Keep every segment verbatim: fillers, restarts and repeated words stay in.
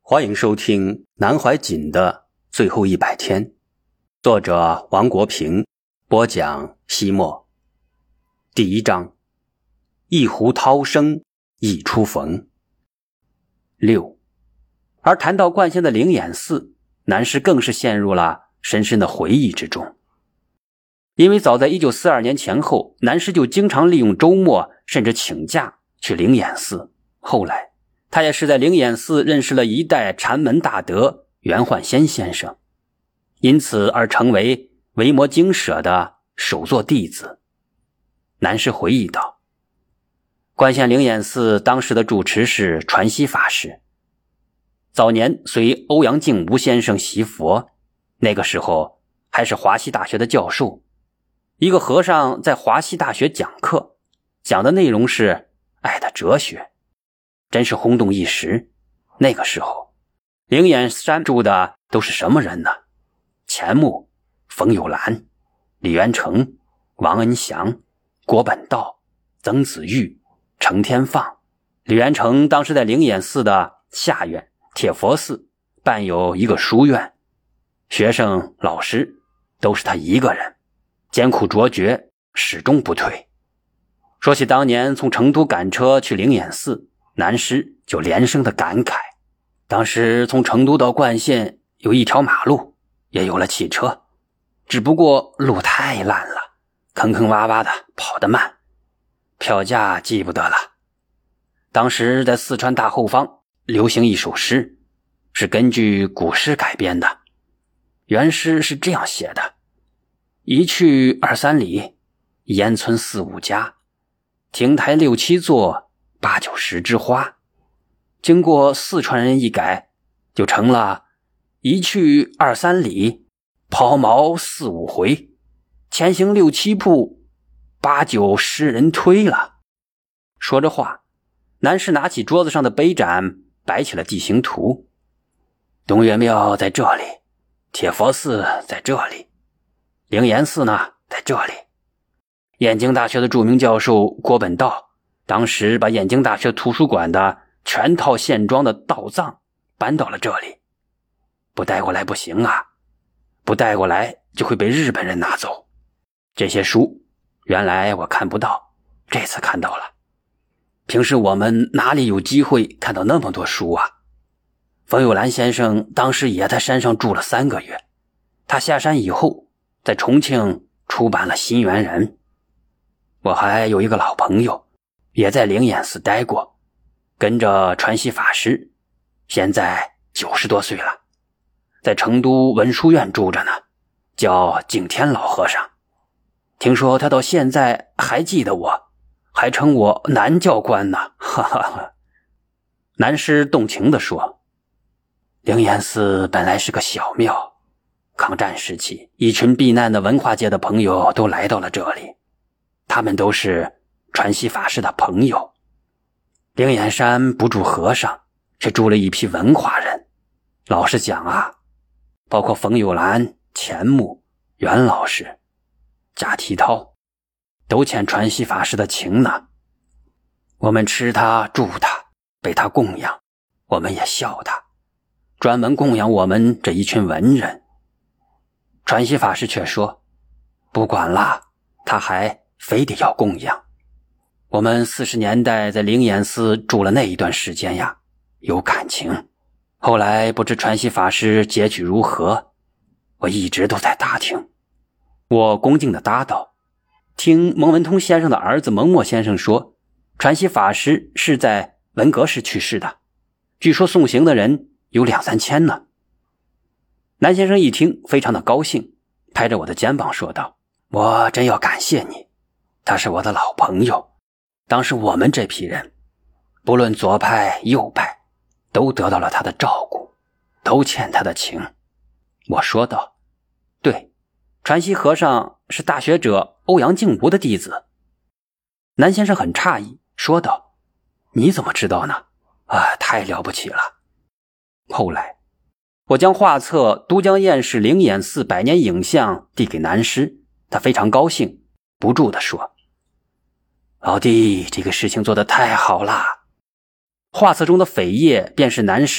欢迎收听南怀瑾的最后一百天，作者王国平，播讲西莫。第一章，一壶涛声一初逢。六。而谈到冠县的灵眼寺，南师更是陷入了深深的回忆之中。因为早在一九四二年前后，南师就经常利用周末甚至请假去灵眼寺。后来他也是在灵眼寺认识了一代禅门大德袁焕先先生，因此而成为维摩经舍的首座弟子。南师回忆道，冠县灵眼寺当时的住持是传习法师，早年随欧阳靖吴先生习佛，那个时候还是华西大学的教授。一个和尚在华西大学讲课，讲的内容是爱的哲学，真是轰动一时。那个时候灵眼山住的都是什么人呢？钱穆、冯友兰、李元成、王恩祥、郭本道、曾子玉、程天放。李元成当时在灵眼寺的下院铁佛寺办有一个书院，学生老师都是他一个人，艰苦卓绝，始终不退。说起当年从成都赶车去灵眼寺，南师就连声的感慨，当时从成都到冠县有一条马路，也有了汽车，只不过路太烂了，坑坑洼洼的，跑得慢，票价记不得了。当时在四川大后方流行一首诗，是根据古诗改编的。原诗是这样写的：一去二三里，烟村四五家，亭台六七座，八九十枝花。经过四川人一改，就成了一去二三里，抛锚四五回，前行六七步，八九十人推了。说着话，南师拿起桌子上的杯盏，摆起了地形图。东岳庙在这里，铁佛寺在这里，灵岩寺呢在这里。燕京大学的著名教授郭本道当时把燕京大学图书馆的全套现装的道藏搬到了这里，不带过来不行啊，不带过来就会被日本人拿走。这些书原来我看不到，这次看到了。平时我们哪里有机会看到那么多书啊？冯友兰先生当时也在山上住了三个月，他下山以后在重庆出版了《心猿人》。我还有一个老朋友也在灵眼寺待过，跟着传习法师，现在九十多岁了，在成都文殊院住着呢，叫景天老和尚。听说他到现在还记得我，还称我南教官呢，哈哈哈。南师动情地说，灵眼寺本来是个小庙，抗战时期一群避难的文化界的朋友都来到了这里，他们都是传习法师的朋友。灵眼山不住和尚，却住了一批文化人。老实讲啊，包括冯友兰、钱穆、袁老师、贾提涛，都欠传习法师的情呢。我们吃他住他，被他供养，我们也笑他，专门供养我们这一群文人。传习法师却说，不管了，他还非得要供养。我们四十年代在灵眼寺住了那一段时间呀，有感情。后来不知传习法师结局如何，我一直都在打听。我恭敬地答道，听蒙文通先生的儿子蒙默先生说，传习法师是在文革时去世的，据说送行的人有两三千呢。南先生一听非常的高兴，拍着我的肩膀说道，我真要感谢你，他是我的老朋友，当时我们这批人不论左派右派都得到了他的照顾，都欠他的情。我说道，对，传习和尚是大学者欧阳靖吴的弟子。南先生很诧异，说道，你怎么知道呢？啊，太了不起了。后来我将画册《都江堰市灵眼寺百年影像》递给南师，他非常高兴，不住地说，老弟，这个事情做得太好了。画册中的扉页便是南师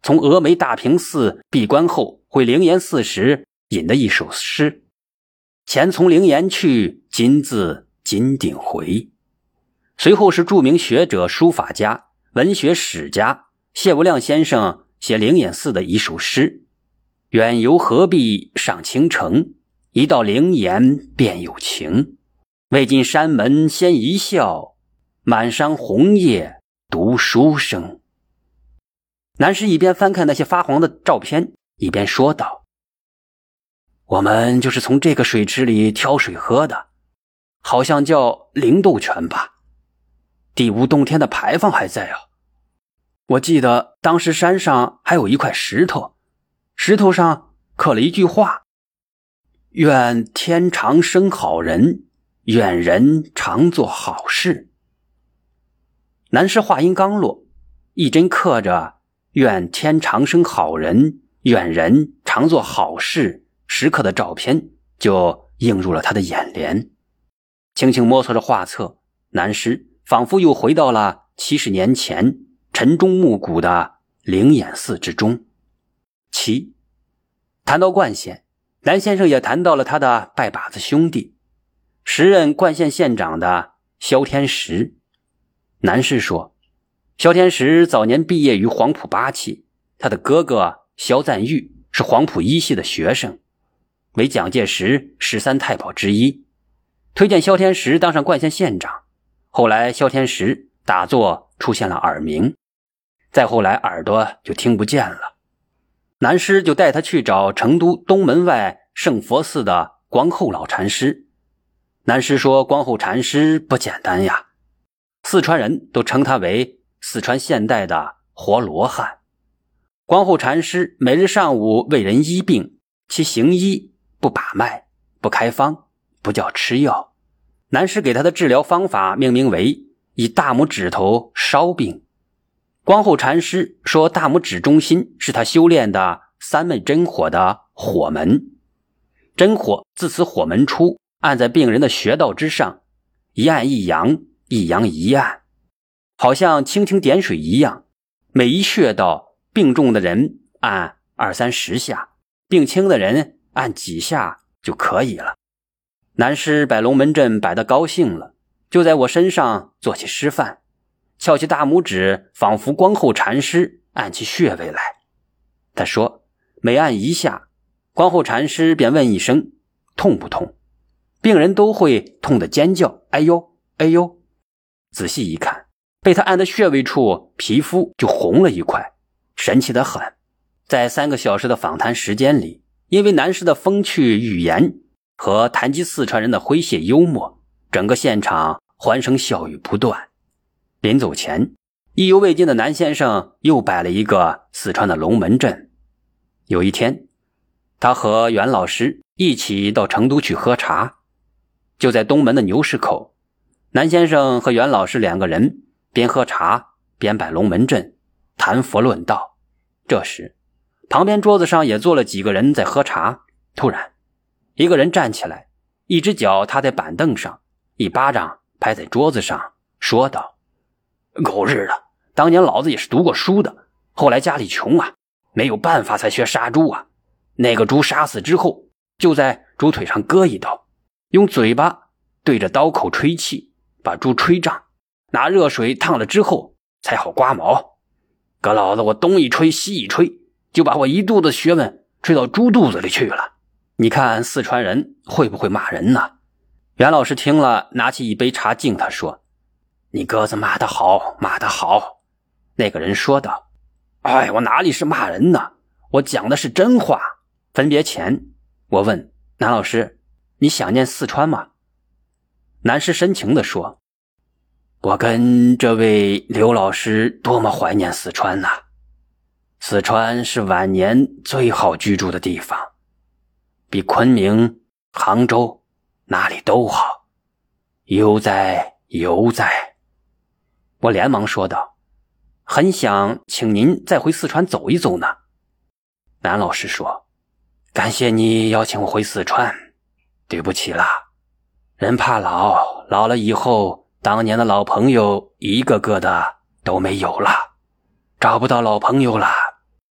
从峨眉大平寺闭关后回灵岩寺时引的一首诗：前从灵岩去，今自金顶回。随后是著名学者、书法家、文学史家谢无量先生写灵岩寺的一首诗：远游何必上青城，一到灵岩便有情。未进山门先一笑，满山红叶读书声。南师一边翻看那些发黄的照片，一边说道：我们就是从这个水池里挑水喝的，好像叫灵斗泉吧。第五洞天的牌坊还在啊。我记得当时山上还有一块石头，石头上刻了一句话：愿天长生好人，愿人常做好事。南师话音刚落，一针刻着愿天长生好人，愿人常做好事时刻的照片就映入了他的眼帘。轻轻摸索着画册，南师仿佛又回到了七十年前晨钟暮鼓的灵岩寺之中。七，谈到冠县，南先生也谈到了他的拜把子兄弟，时任冠县县长的萧天石。南师说，萧天石早年毕业于黄埔八期，他的哥哥萧赞玉是黄埔一系的学生，为蒋介石十三太保之一，推荐萧天石当上冠县县长。后来萧天石打坐出现了耳鸣，再后来耳朵就听不见了。南师就带他去找成都东门外圣佛寺的光后老禅师。南师说，光后禅师不简单呀，四川人都称他为四川现代的活罗汉。光后禅师每日上午为人医病，其行医不把脉，不开方，不叫吃药。南师给他的治疗方法命名为以大拇指头烧病。光后禅师说，大拇指中心是他修炼的三昧真火的火门，真火自此火门出，按在病人的穴道之上，一按一阳，一阳一按，好像蜻蜓点水一样，每一穴道病重的人按二三十下，病轻的人按几下就可以了。南师摆龙门阵摆得高兴了，就在我身上做起示范，翘起大拇指，仿佛光后禅师按起穴位来。他说，每按一下，光后禅师便问一声痛不痛，病人都会痛得尖叫，哎呦哎呦。仔细一看，被他按的穴位处皮肤就红了一块，神奇得很。在三个小时的访谈时间里，因为南师的风趣语言和谈及四川人的诙谐幽默，整个现场欢声笑语不断。临走前，意犹未尽的南先生又摆了一个四川的龙门阵。有一天，他和袁老师一起到成都去喝茶，就在东门的牛市口，南先生和袁老师两个人边喝茶边摆龙门阵，谈佛论道。这时，旁边桌子上也坐了几个人在喝茶。突然，一个人站起来，一只脚踏在板凳上，一巴掌拍在桌子上，说道：狗日的，当年老子也是读过书的，后来家里穷啊，没有办法才学杀猪啊。那个猪杀死之后，就在猪腿上割一刀，用嘴巴对着刀口吹气，把猪吹胀，拿热水烫了之后才好刮毛。可老子我东一吹西一吹，就把我一肚子学问吹到猪肚子里去了。你看四川人会不会骂人呢？袁老师听了，拿起一杯茶敬他说：你鸽子骂得好，骂得好。那个人说道：哎，我哪里是骂人呢，我讲的是真话。分别前，我问南老师，你想念四川吗？南师深情地说：我跟这位刘老师多么怀念四川呐、啊！四川是晚年最好居住的地方，比昆明、杭州哪里都好，悠哉悠哉。我连忙说道：很想请您再回四川走一走呢。南老师说：感谢你邀请我回四川，对不起啦，人怕老，老了以后当年的老朋友一个个的都没有了，找不到老朋友了。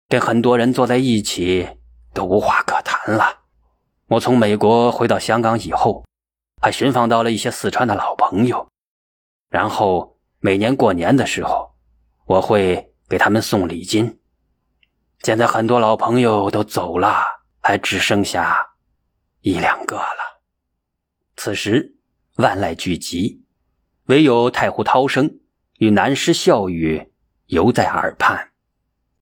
跟很多人坐在一起都无话可谈了。我从美国回到香港以后，还寻访到了一些四川的老朋友，然后每年过年的时候，我会给他们送礼金。现在很多老朋友都走了，还只剩下一两个了。此时万籁俱寂，唯有太湖涛声与南师笑语犹在耳畔。